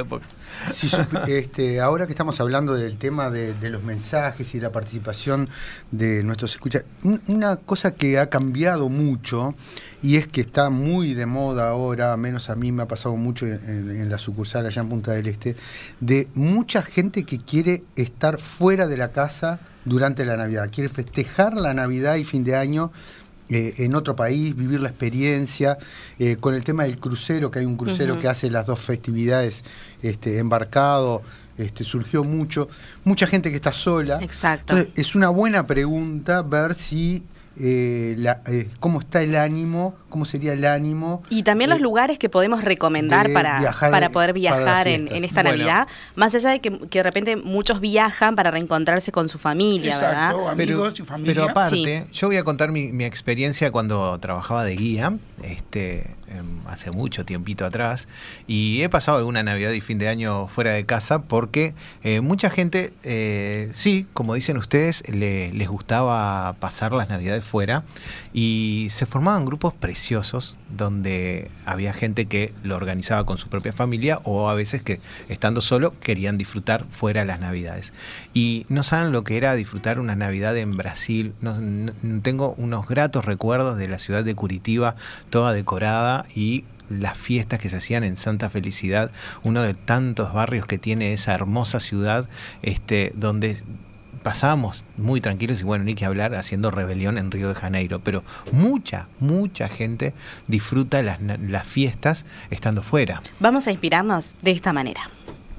Ahora que estamos hablando del tema de los mensajes y la participación de nuestros escuchas, una cosa que ha cambiado mucho y es que está muy de moda ahora, menos a mí me ha pasado mucho en la sucursal allá en Punta del Este, de mucha gente que quiere estar fuera de la casa durante la Navidad, quiere festejar la Navidad y fin de año en otro país, vivir la experiencia, con el tema del crucero, que hay un crucero que hace las dos festividades embarcado, surgió mucha gente que está sola. Exacto. Entonces, es una buena pregunta ver si cómo está el ánimo, cómo sería el ánimo. Y también los lugares que podemos recomendar para poder viajar en esta Navidad, más allá de que de repente muchos viajan para reencontrarse con su familia, Exacto, ¿verdad? amigos y familia. Pero aparte, yo voy a contar mi experiencia cuando trabajaba de guía, hace mucho tiempito atrás, y he pasado alguna Navidad y fin de año fuera de casa porque mucha gente, sí, como dicen ustedes, les gustaba pasar las Navidades fuera y se formaban grupos preciosos donde había gente que lo organizaba con su propia familia o a veces que estando solo querían disfrutar fuera las Navidades. Y no saben lo que era disfrutar una Navidad en Brasil. Tengo unos gratos recuerdos de la ciudad de Curitiba, toda decorada, y las fiestas que se hacían en Santa Felicidad, uno de tantos barrios que tiene esa hermosa ciudad, donde pasábamos muy tranquilos y bueno, ni que hablar haciendo rebelión en Río de Janeiro, pero mucha gente disfruta las fiestas estando fuera. Vamos a inspirarnos de esta manera.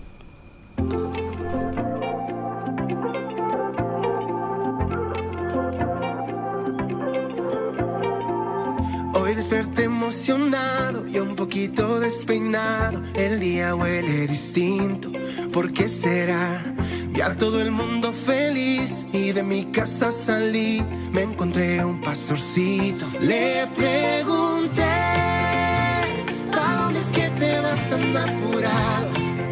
Hoy desperté emocionado y un poquito despeinado. El día huele distinto. ¿Por qué será? Vi a todo el mundo feliz y de mi casa salí. Me encontré un pastorcito. Le pregunté, ¿a dónde es que te vas tan apurado?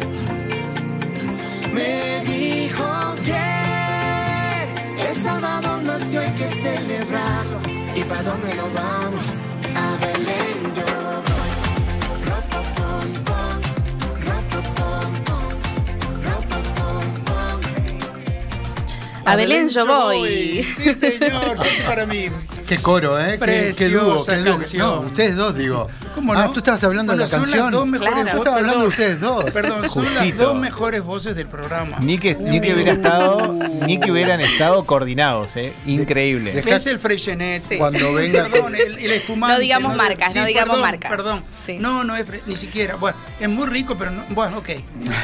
Me dijo que El Salvador nació, hay que celebrarlo. ¿Y para dónde nos vamos? A Belén yo voy. A Belén yo voy. Sí, señor, para mí. Qué coro, ¿eh? Qué dúo, Preciosa canción. No, ustedes dos, digo. ¿Cómo no? Ah, tú estabas hablando de la Son canción. las dos mejores Claro. voces. Yo estaba hablando de ustedes dos. Perdón, son las Justito. dos mejores voces del programa. Ni que hubieran estado coordinados, increíble. Dejá- Es el Freixenet. Sí. Cuando venga. Perdón, el espumante. No digamos marcas, no digamos perdón, marcas. Perdón. Sí. No, no es ni siquiera. Bueno, es muy rico, pero no. Bueno, ok.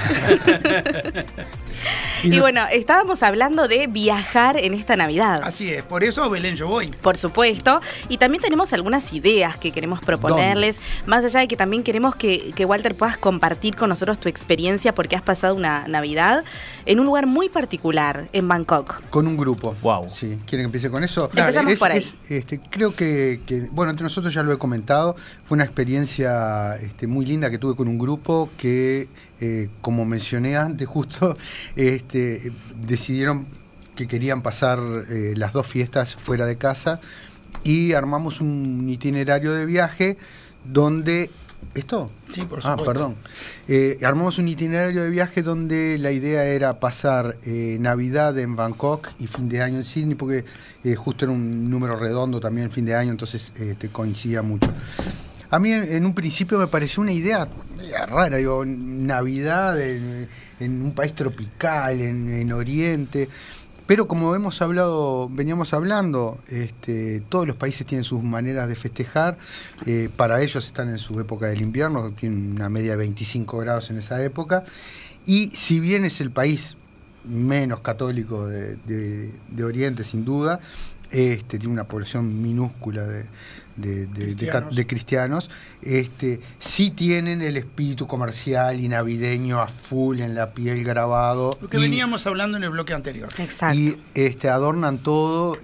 Y bueno, estábamos hablando de viajar en esta Navidad. Así es. Por eso a Belén yo voy. Por supuesto, y también tenemos algunas ideas que queremos proponerles, más allá de que también queremos que Walter puedas compartir con nosotros tu experiencia porque has pasado una Navidad en un lugar muy particular, en Bangkok. Con un grupo. Wow. Sí, ¿quieren que empiece con eso? Empezamos por ahí. Creo que, bueno, entre nosotros ya lo he comentado, fue una experiencia muy linda que tuve con un grupo que, como mencioné antes justo, decidieron que querían pasar las dos fiestas fuera de casa y armamos un itinerario de viaje donde... ¿Esto? Sí, por supuesto. Perdón. Armamos un itinerario de viaje donde la idea era pasar Navidad en Bangkok y fin de año en Sydney, porque justo era un número redondo también fin de año, entonces coincidía mucho. A mí en un principio me pareció una idea rara, digo, Navidad en un país tropical, en Oriente. Pero como veníamos hablando, todos los países tienen sus maneras de festejar. Para ellos están en su época del invierno, tienen una media de 25 grados en esa época. Y si bien es el país menos católico de Oriente, sin duda, tiene una población minúscula de cristianos, sí tienen el espíritu comercial y navideño a full en la piel grabado. Lo que veníamos hablando en el bloque anterior. Exacto. Y adornan todo,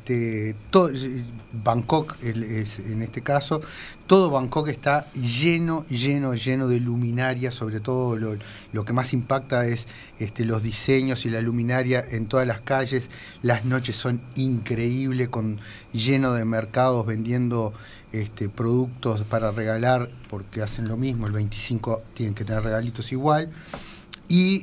Bangkok en este caso, todo Bangkok está lleno de luminarias, sobre todo lo que más impacta es los diseños y la luminaria en todas las calles. Las noches son increíbles, lleno de mercados vendiendo productos para regalar, porque hacen lo mismo, el 25 tienen que tener regalitos igual. Y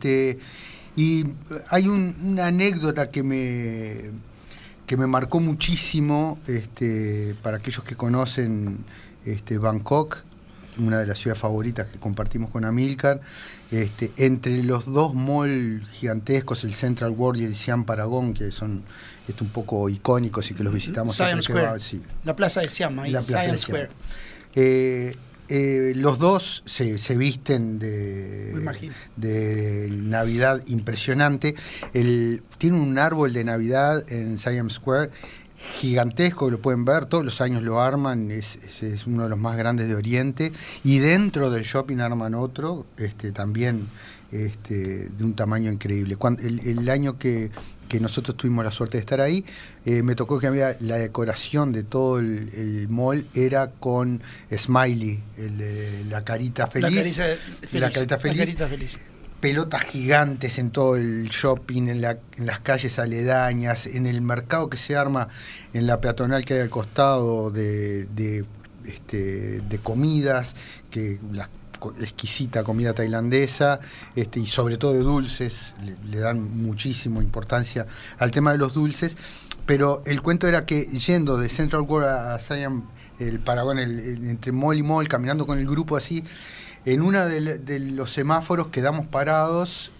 hay una anécdota que me marcó muchísimo, para aquellos que conocen Bangkok, una de las ciudades favoritas que compartimos con Amílcar. Entre los dos malls gigantescos, el Central World y el Siam Paragon, que son un poco icónicos y que los visitamos Siam siempre que Square. sí. La plaza de Siam, ahí, La plaza Siam de Siam. Square. Los dos se visten Me imagino. de Navidad impresionante. Tiene un árbol de Navidad en Siam Square gigantesco, lo pueden ver, todos los años lo arman, es uno de los más grandes de Oriente, y dentro del shopping arman otro, también de un tamaño increíble. El año que nosotros tuvimos la suerte de estar ahí, me tocó que había la decoración de todo el mall era con Smiley, la carita feliz. La carita feliz. Pelotas gigantes en todo el shopping, en las calles aledañas, en el mercado que se arma en la peatonal que hay al costado de comidas, que la exquisita comida tailandesa, y sobre todo de dulces, le dan muchísima importancia al tema de los dulces. Pero el cuento era que yendo de Central World a Siam, el Paragon, entre mall y mall, caminando con el grupo así, en una de los semáforos quedamos parados,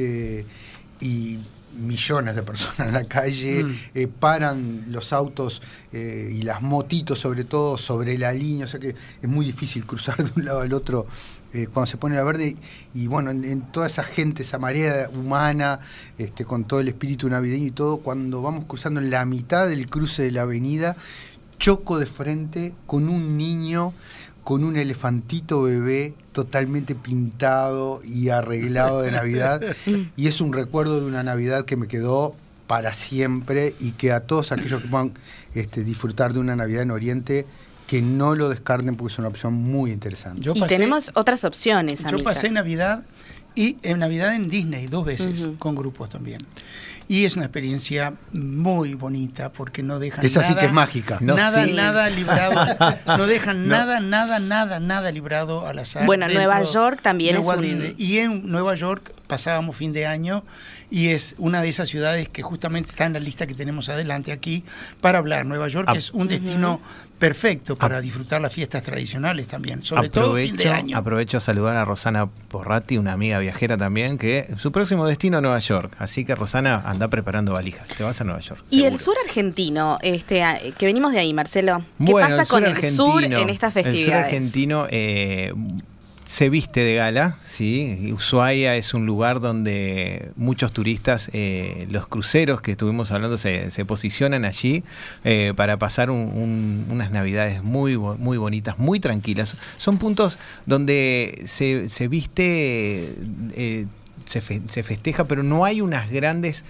y millones de personas en la calle, paran los autos y las motitos sobre todo sobre la línea, o sea que es muy difícil cruzar de un lado al otro cuando se pone la verde, y bueno, en toda esa gente, esa marea humana, con todo el espíritu navideño y todo, cuando vamos cruzando en la mitad del cruce de la avenida, choco de frente con un niño con un elefantito bebé totalmente pintado y arreglado de Navidad, y es un recuerdo de una Navidad que me quedó para siempre, y que a todos aquellos que puedan disfrutar de una Navidad en Oriente, que no lo descarten porque es una opción muy interesante. Y tenemos otras opciones, Yo pasé Navidad en Disney 2 veces, con grupos también. Y es una experiencia muy bonita porque no dejan esa nada. Sí que es mágica. Nada librado. No dejan nada librado al azar. Bueno, Nueva York también es un... Y en Nueva York pasábamos fin de año, y es una de esas ciudades que justamente está en la lista que tenemos adelante aquí para hablar. Nueva York es un destino perfecto para disfrutar las fiestas tradicionales también, sobre todo fin de año. Aprovecho a saludar a Rosana Porratti, una amiga viajera también, que su próximo destino es Nueva York. Así que, Rosana, anda preparando valijas, te vas a Nueva York. Y seguro. el sur argentino, que venimos de ahí, Marcelo, ¿qué bueno, pasa con el sur en estas festividades? El sur argentino se viste de gala, ¿sí? Ushuaia es un lugar donde muchos turistas, los cruceros que estuvimos hablando, se posicionan allí para pasar unas navidades muy bonitas, muy tranquilas. Son puntos donde se viste... Se festeja, pero no hay unos grandes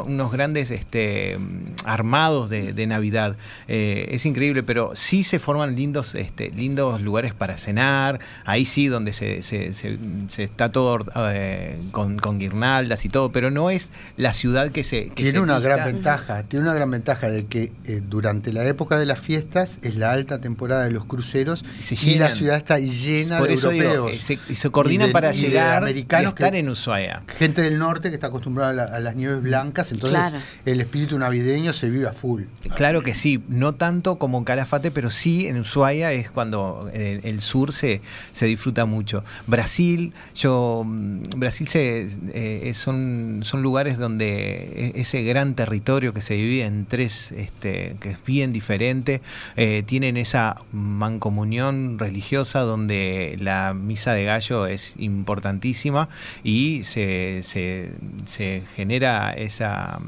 armados de Navidad. Es increíble, pero sí se forman lindos lugares para cenar. Ahí sí, donde se está todo con guirnaldas y todo, pero no es la ciudad que tiene una gran ventaja. Tiene una gran ventaja de que durante la época de las fiestas es la alta temporada de los cruceros y la ciudad está llena de europeos. Se coordinan para llegar americanos y estar en Ushuaia. Gente del norte que está acostumbrada a las nieves blancas, entonces el espíritu navideño se vive a full. Claro que sí, no tanto como en Calafate, pero sí en Ushuaia es cuando el sur se disfruta mucho. Brasil son lugares donde ese gran territorio que se divide en tres, que es bien diferente, tienen esa mancomunión religiosa donde la misa de gallo es importantísima y se genera esa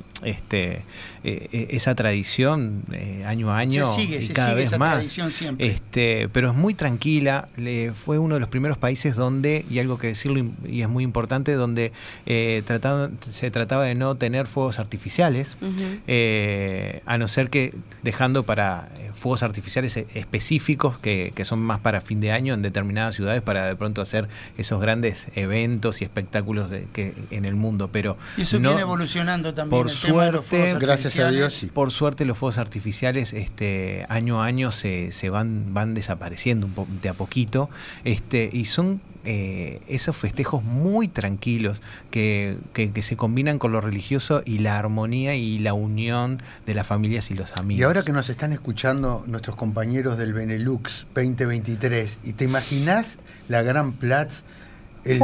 tradición año a año y cada vez esa más. Tradición siempre. Pero es muy tranquila. Fue uno de los primeros países donde, y algo que decirlo y es muy importante, donde se trataba de no tener fuegos artificiales, a no ser que dejando para fuegos artificiales específicos que son más para fin de año en determinadas ciudades para de pronto hacer esos grandes eventos y espectáculos en el mundo. Pero y eso viene evolucionando también. Por suerte, gracias a Dios, sí. Por suerte los fuegos artificiales año a año se van desapareciendo de a poquito, y son esos festejos muy tranquilos que se combinan con lo religioso y la armonía y la unión de las familias y los amigos. Y ahora que nos están escuchando nuestros compañeros del Benelux 2023, ¿y te imaginás la Gran Platz el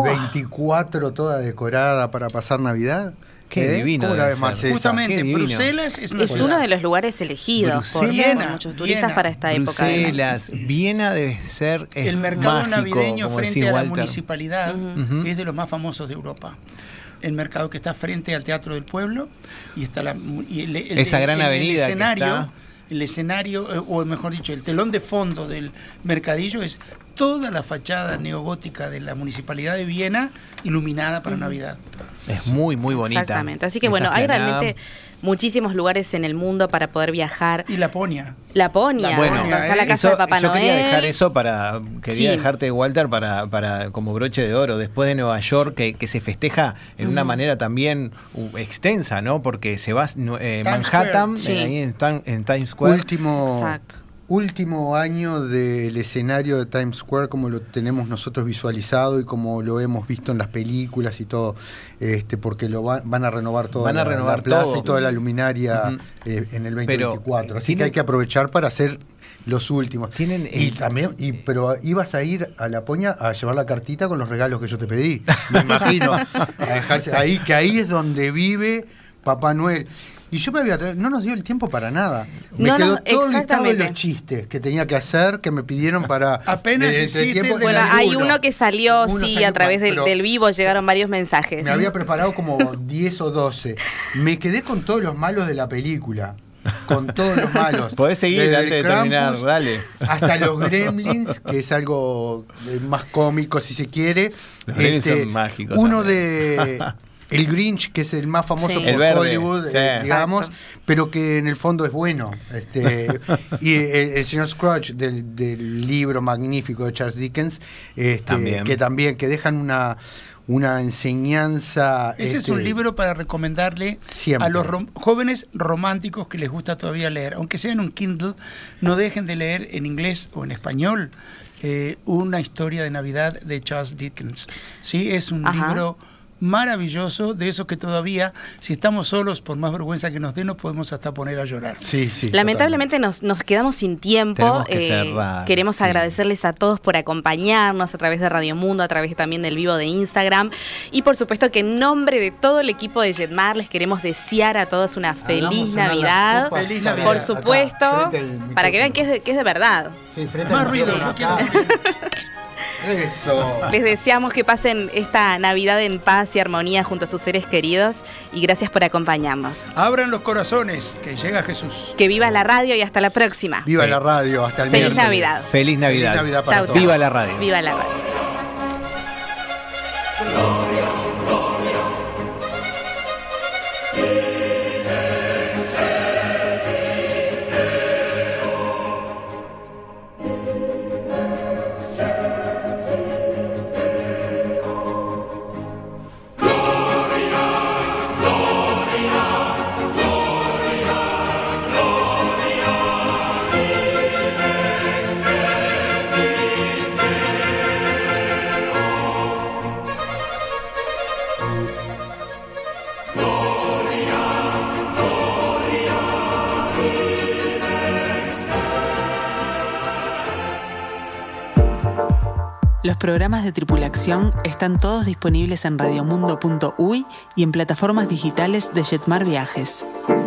24 toda decorada para pasar Navidad? Qué divino. ¿Cómo la ves, debe ser. Marcela? Justamente, Qué divino. Bruselas es Es uno de los lugares elegidos por Viena, muchos turistas Viena. para esta época. del año. Bruselas, Viena debe ser el mercado mágico, navideño como frente decís, a la Walter. municipalidad Ujú. es de los más famosos de Europa. El mercado que está frente al Teatro del Pueblo y está Esa gran avenida que está. el escenario, o mejor dicho, el telón de fondo del mercadillo es toda la fachada neogótica de la Municipalidad de Viena iluminada para Navidad. Es muy, muy bonita. Exactamente. Así que Esa bueno, hay esplanada. realmente muchísimos lugares en el mundo para poder viajar. Y Laponia. Laponia, Bueno, donde está la casa Eso- de Papá yo Noel. quería dejar eso quería Sí. dejarte, Walter, para como broche de oro, después de Nueva York, que se festeja en una manera también extensa, ¿no? Porque se va Manhattan, Square. ahí en Times Square. Exacto. Último año del escenario de Times Square como lo tenemos nosotros visualizado y como lo hemos visto en las películas y todo, porque van a renovar toda Van a la renovar plaza todo. y toda la luminaria Ujú. en el 2024. Pero, Así que hay que aprovechar para hacer los últimos. Tienen y también, pero ibas a ir a Laponia a llevar la cartita con los regalos que yo te pedí. Me imagino. A dejarse ahí, que ahí es donde vive Papá Noel. Y yo no nos dio el tiempo para nada. Me No, quedó no, todo el listado de exactamente. los chistes que tenía que hacer, que me pidieron para... Apenas de hiciste tiempo, el de Bueno, la hay uno que salió, Uno sí, salió a través pero del vivo llegaron varios mensajes. Me había preparado como 10 o 12. Me quedé con todos los malos de la película. Con todos los malos. Podés seguir Desde antes de el terminar, Krampus dale. hasta los Gremlins, que es algo más cómico si se quiere. Los Gremlins son mágicos Uno también. de El Grinch, que es el más famoso Sí. por El verde, Hollywood, sí. digamos, Exacto. pero que en el fondo es bueno. Y el señor Scrooge del libro magnífico de Charles Dickens, También. que dejan una enseñanza. Ese es un libro para recomendarle Siempre. a los jóvenes románticos que les gusta todavía leer. Aunque sea en un Kindle, no dejen de leer en inglés o en español Una historia de Navidad de Charles Dickens. ¿Sí? Es un Ajá. libro maravilloso, de esos que todavía, si estamos solos, por más vergüenza que nos dé, nos podemos hasta poner a llorar. Sí, sí. Lamentablemente nos quedamos sin tiempo. Tenemos que cerrar, Queremos sí. agradecerles a todos por acompañarnos a través de Radio Mundo, a través también del vivo de Instagram. Y por supuesto que en nombre de todo el equipo de Jetmar les queremos desear a todos una feliz Hagamos sonar las Navidad. copas. Feliz Navidad. Por Acá, supuesto, frente al para que vean micrófono. que es de verdad. Sí, frente Más al ruido, micrófono yo acá. quiero. Eso. Les deseamos que pasen esta Navidad en paz y armonía junto a sus seres queridos y gracias por acompañarnos. Abran los corazones, que llega Jesús. Que viva la radio y hasta la próxima. Viva Sí. la radio, hasta el Feliz miércoles. Navidad. Feliz Navidad. Feliz Navidad para Chau, todos. Viva la radio. Viva la radio. Los programas de Tripulación están todos disponibles en radiomundo.uy y en plataformas digitales de Jetmar Viajes.